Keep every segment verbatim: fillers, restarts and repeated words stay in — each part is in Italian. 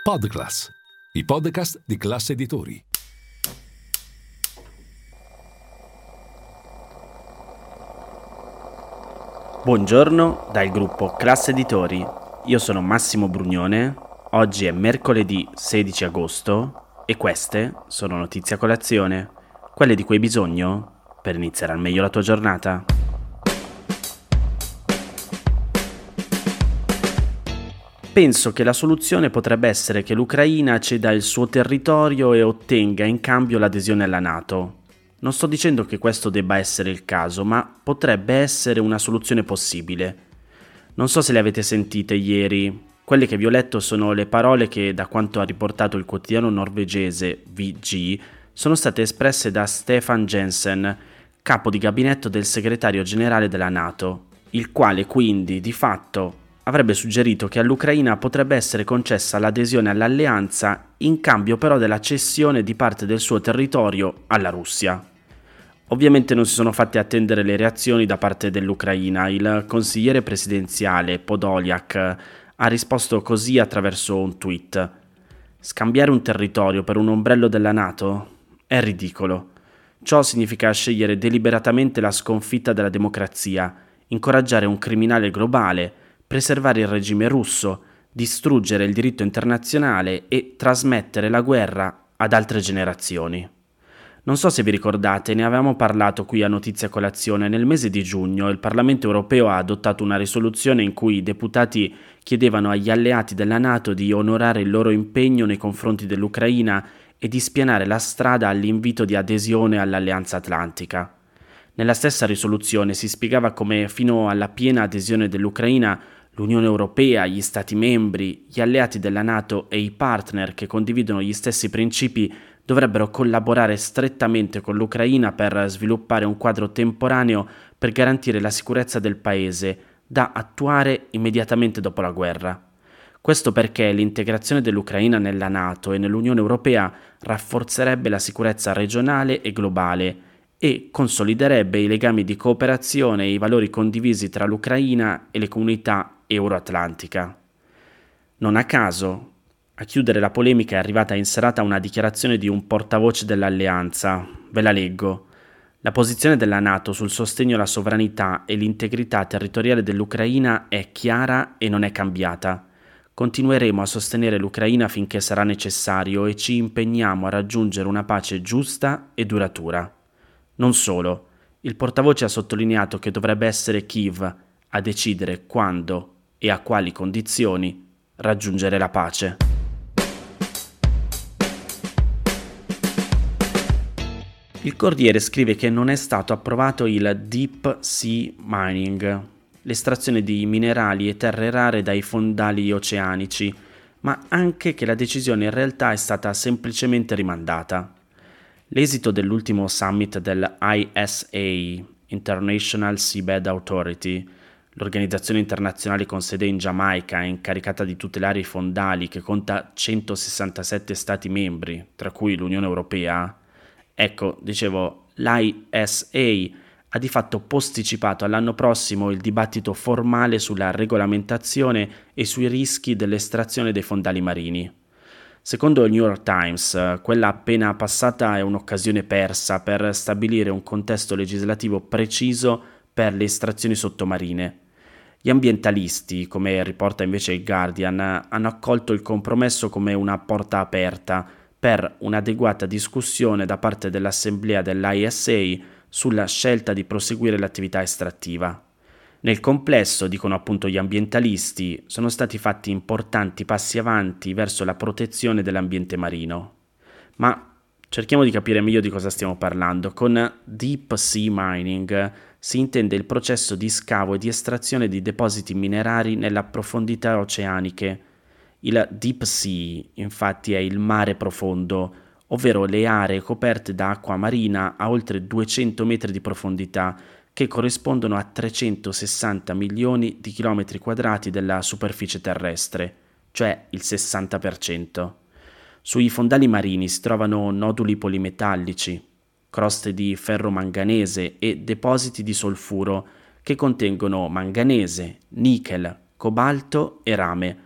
Podclass, i podcast di Classe Editori. Buongiorno dal gruppo Classe Editori. Io sono Massimo Brugnone. Oggi è mercoledì sedici agosto e queste sono notizie a colazione, quelle di cui hai bisogno per iniziare al meglio la tua giornata. Penso che la soluzione potrebbe essere che l'Ucraina ceda il suo territorio e ottenga in cambio l'adesione alla NATO. Non sto dicendo che questo debba essere il caso, ma potrebbe essere una soluzione possibile. Non so se le avete sentite ieri. Quelle che vi ho letto sono le parole che, da quanto ha riportato il quotidiano norvegese V G, sono state espresse da Stefan Jensen, capo di gabinetto del segretario generale della NATO, il quale quindi, di fatto, avrebbe suggerito che all'Ucraina potrebbe essere concessa l'adesione all'alleanza in cambio però della cessione di parte del suo territorio alla Russia. Ovviamente non si sono fatte attendere le reazioni da parte dell'Ucraina. Il consigliere presidenziale Podolyak ha risposto così attraverso un tweet: scambiare un territorio per un ombrello della NATO? È ridicolo. Ciò significa scegliere deliberatamente la sconfitta della democrazia, incoraggiare un criminale globale, preservare il regime russo, distruggere il diritto internazionale e trasmettere la guerra ad altre generazioni. Non so se vi ricordate, ne avevamo parlato qui a Notizia Colazione. Nel mese di giugno il Parlamento europeo ha adottato una risoluzione in cui i deputati chiedevano agli alleati della NATO di onorare il loro impegno nei confronti dell'Ucraina e di spianare la strada all'invito di adesione all'Alleanza Atlantica. Nella stessa risoluzione si spiegava come fino alla piena adesione dell'Ucraina l'Unione Europea, gli Stati membri, gli alleati della NATO e i partner che condividono gli stessi principi dovrebbero collaborare strettamente con l'Ucraina per sviluppare un quadro temporaneo per garantire la sicurezza del paese, da attuare immediatamente dopo la guerra. Questo perché l'integrazione dell'Ucraina nella NATO e nell'Unione Europea rafforzerebbe la sicurezza regionale e globale e consoliderebbe i legami di cooperazione e i valori condivisi tra l'Ucraina e le comunità euroatlantica. Non a caso, a chiudere la polemica è arrivata in serata una dichiarazione di un portavoce dell'alleanza. Ve la leggo. La posizione della NATO sul sostegno alla sovranità e l'integrità territoriale dell'Ucraina è chiara e non è cambiata. Continueremo a sostenere l'Ucraina finché sarà necessario e ci impegniamo a raggiungere una pace giusta e duratura. Non solo, il portavoce ha sottolineato che dovrebbe essere Kiev a decidere quando e a quali condizioni raggiungere la pace. Il Corriere scrive che non è stato approvato il Deep Sea Mining, l'estrazione di minerali e terre rare dai fondali oceanici, ma anche che la decisione in realtà è stata semplicemente rimandata. L'esito dell'ultimo summit del I S A, International Seabed Authority, l'organizzazione internazionale con sede in Giamaica e incaricata di tutelare i fondali che conta centosessantasette stati membri, tra cui l'Unione Europea, ecco, dicevo, l'I S A ha di fatto posticipato all'anno prossimo il dibattito formale sulla regolamentazione e sui rischi dell'estrazione dei fondali marini. Secondo il New York Times, quella appena passata è un'occasione persa per stabilire un contesto legislativo preciso per le estrazioni sottomarine. Gli ambientalisti, come riporta invece il Guardian, hanno accolto il compromesso come una porta aperta per un'adeguata discussione da parte dell'assemblea dell'I S A sulla scelta di proseguire l'attività estrattiva. Nel complesso, dicono appunto gli ambientalisti, sono stati fatti importanti passi avanti verso la protezione dell'ambiente marino. Ma cerchiamo di capire meglio di cosa stiamo parlando. Con Deep Sea Mining si intende il processo di scavo e di estrazione di depositi minerari nelle profondità oceaniche. Il Deep Sea, infatti, è il mare profondo, ovvero le aree coperte da acqua marina a oltre duecento metri di profondità, che corrispondono a trecentosessanta milioni di chilometri quadrati della superficie terrestre, cioè il sessanta per cento. Sui fondali marini si trovano noduli polimetallici, croste di ferro-manganese e depositi di solfuro che contengono manganese, nichel, cobalto e rame,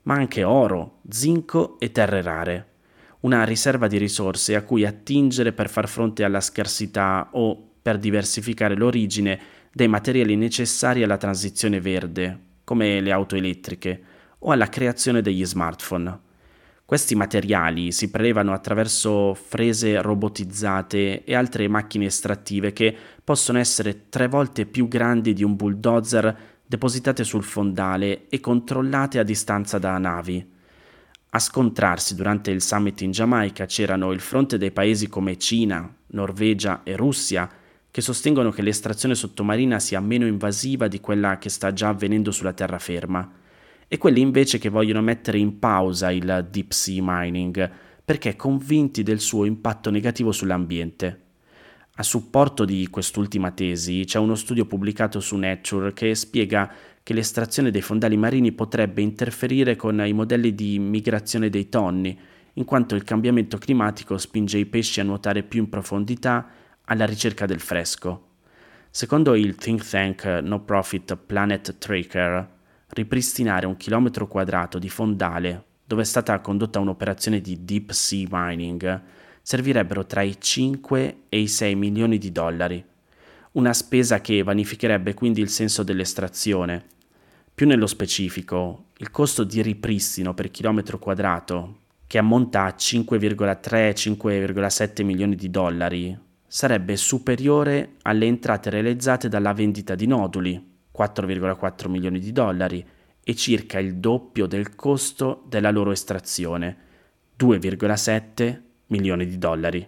ma anche oro, zinco e terre rare. Una riserva di risorse a cui attingere per far fronte alla scarsità o per diversificare l'origine dei materiali necessari alla transizione verde, come le auto elettriche, o alla creazione degli smartphone. Questi materiali si prelevano attraverso frese robotizzate e altre macchine estrattive che possono essere tre volte più grandi di un bulldozer, depositate sul fondale e controllate a distanza da navi. A scontrarsi durante il summit in Giamaica c'erano il fronte dei paesi come Cina, Norvegia e Russia, che sostengono che l'estrazione sottomarina sia meno invasiva di quella che sta già avvenendo sulla terraferma, e quelli invece che vogliono mettere in pausa il deep sea mining perché convinti del suo impatto negativo sull'ambiente. A supporto di quest'ultima tesi c'è uno studio pubblicato su Nature che spiega che l'estrazione dei fondali marini potrebbe interferire con i modelli di migrazione dei tonni, in quanto il cambiamento climatico spinge i pesci a nuotare più in profondità alla ricerca del fresco. Secondo il think tank no profit Planet Tracker, ripristinare un chilometro quadrato di fondale dove è stata condotta un'operazione di deep sea mining servirebbero tra i cinque e i sei milioni di dollari, una spesa che vanificherebbe quindi il senso dell'estrazione. Più nello specifico, il costo di ripristino per chilometro quadrato, che ammonta a cinque virgola tre cinque virgola sette milioni di dollari, sarebbe superiore alle entrate realizzate dalla vendita di noduli, quattro virgola quattro milioni di dollari, e circa il doppio del costo della loro estrazione, due virgola sette milioni di dollari.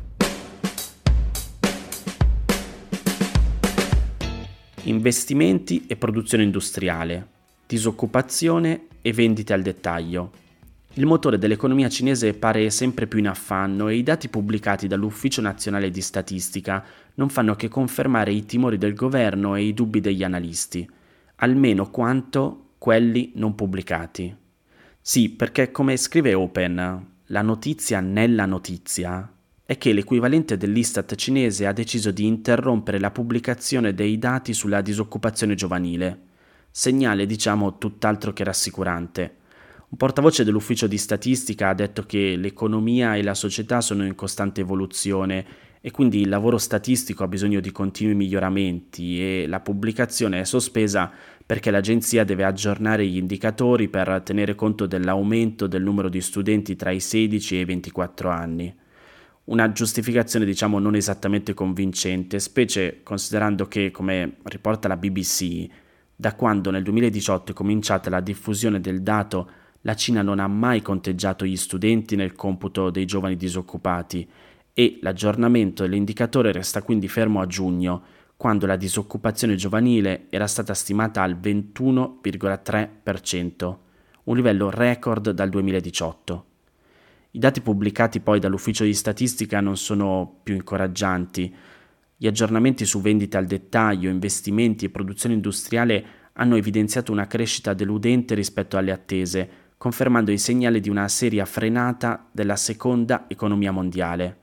Investimenti e produzione industriale, disoccupazione e vendite al dettaglio. Il motore dell'economia cinese pare sempre più in affanno e i dati pubblicati dall'Ufficio Nazionale di Statistica non fanno che confermare i timori del governo e i dubbi degli analisti, almeno quanto quelli non pubblicati. Sì, perché come scrive Open, la notizia nella notizia è che l'equivalente dell'Istat cinese ha deciso di interrompere la pubblicazione dei dati sulla disoccupazione giovanile, segnale diciamo tutt'altro che rassicurante. Un portavoce dell'ufficio di statistica ha detto che l'economia e la società sono in costante evoluzione e quindi il lavoro statistico ha bisogno di continui miglioramenti e la pubblicazione è sospesa perché l'agenzia deve aggiornare gli indicatori per tenere conto dell'aumento del numero di studenti tra i sedici e i ventiquattro anni. Una giustificazione diciamo non esattamente convincente, specie considerando che, come riporta la B B C, da quando nel duemiladiciotto è cominciata la diffusione del dato, la Cina non ha mai conteggiato gli studenti nel computo dei giovani disoccupati e l'aggiornamento dell'indicatore resta quindi fermo a giugno, quando la disoccupazione giovanile era stata stimata al ventuno virgola tre per cento, un livello record dal duemiladiciotto. I dati pubblicati poi dall'ufficio di statistica non sono più incoraggianti. Gli aggiornamenti su vendite al dettaglio, investimenti e produzione industriale hanno evidenziato una crescita deludente rispetto alle attese, confermando i segnali di una seria frenata della seconda economia mondiale.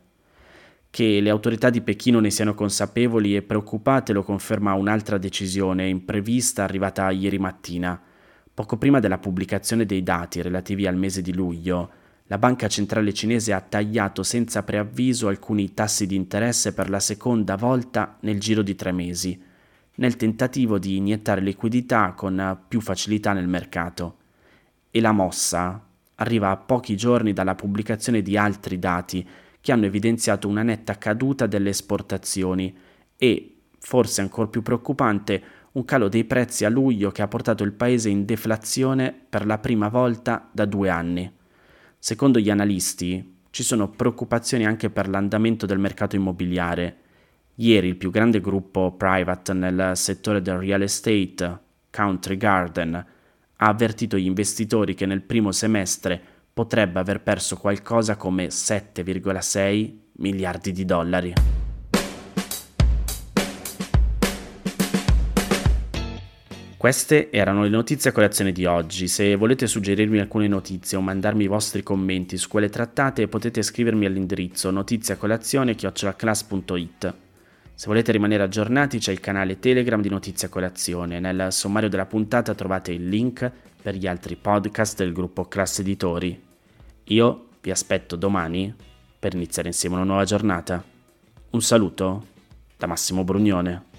Che le autorità di Pechino ne siano consapevoli e preoccupate lo conferma un'altra decisione imprevista arrivata ieri mattina. Poco prima della pubblicazione dei dati relativi al mese di luglio, la Banca Centrale Cinese ha tagliato senza preavviso alcuni tassi di interesse per la seconda volta nel giro di tre mesi, nel tentativo di iniettare liquidità con più facilità nel mercato. E la mossa arriva a pochi giorni dalla pubblicazione di altri dati che hanno evidenziato una netta caduta delle esportazioni e, forse ancora più preoccupante, un calo dei prezzi a luglio che ha portato il paese in deflazione per la prima volta da due anni. Secondo gli analisti, ci sono preoccupazioni anche per l'andamento del mercato immobiliare. Ieri il più grande gruppo private nel settore del real estate, Country Garden, ha avvertito gli investitori che nel primo semestre potrebbe aver perso qualcosa come sette virgola sei miliardi di dollari. Queste erano le notizie a colazione di oggi. Se volete suggerirmi alcune notizie o mandarmi i vostri commenti su quelle trattate, potete scrivermi all'indirizzo notiziacolazione chiocciola class punto it. Se volete rimanere aggiornati c'è il canale Telegram di Notizia Colazione. Nel sommario della puntata trovate il link per gli altri podcast del gruppo Classe Editori. Io vi aspetto domani per iniziare insieme una nuova giornata. Un saluto da Massimo Brugnone.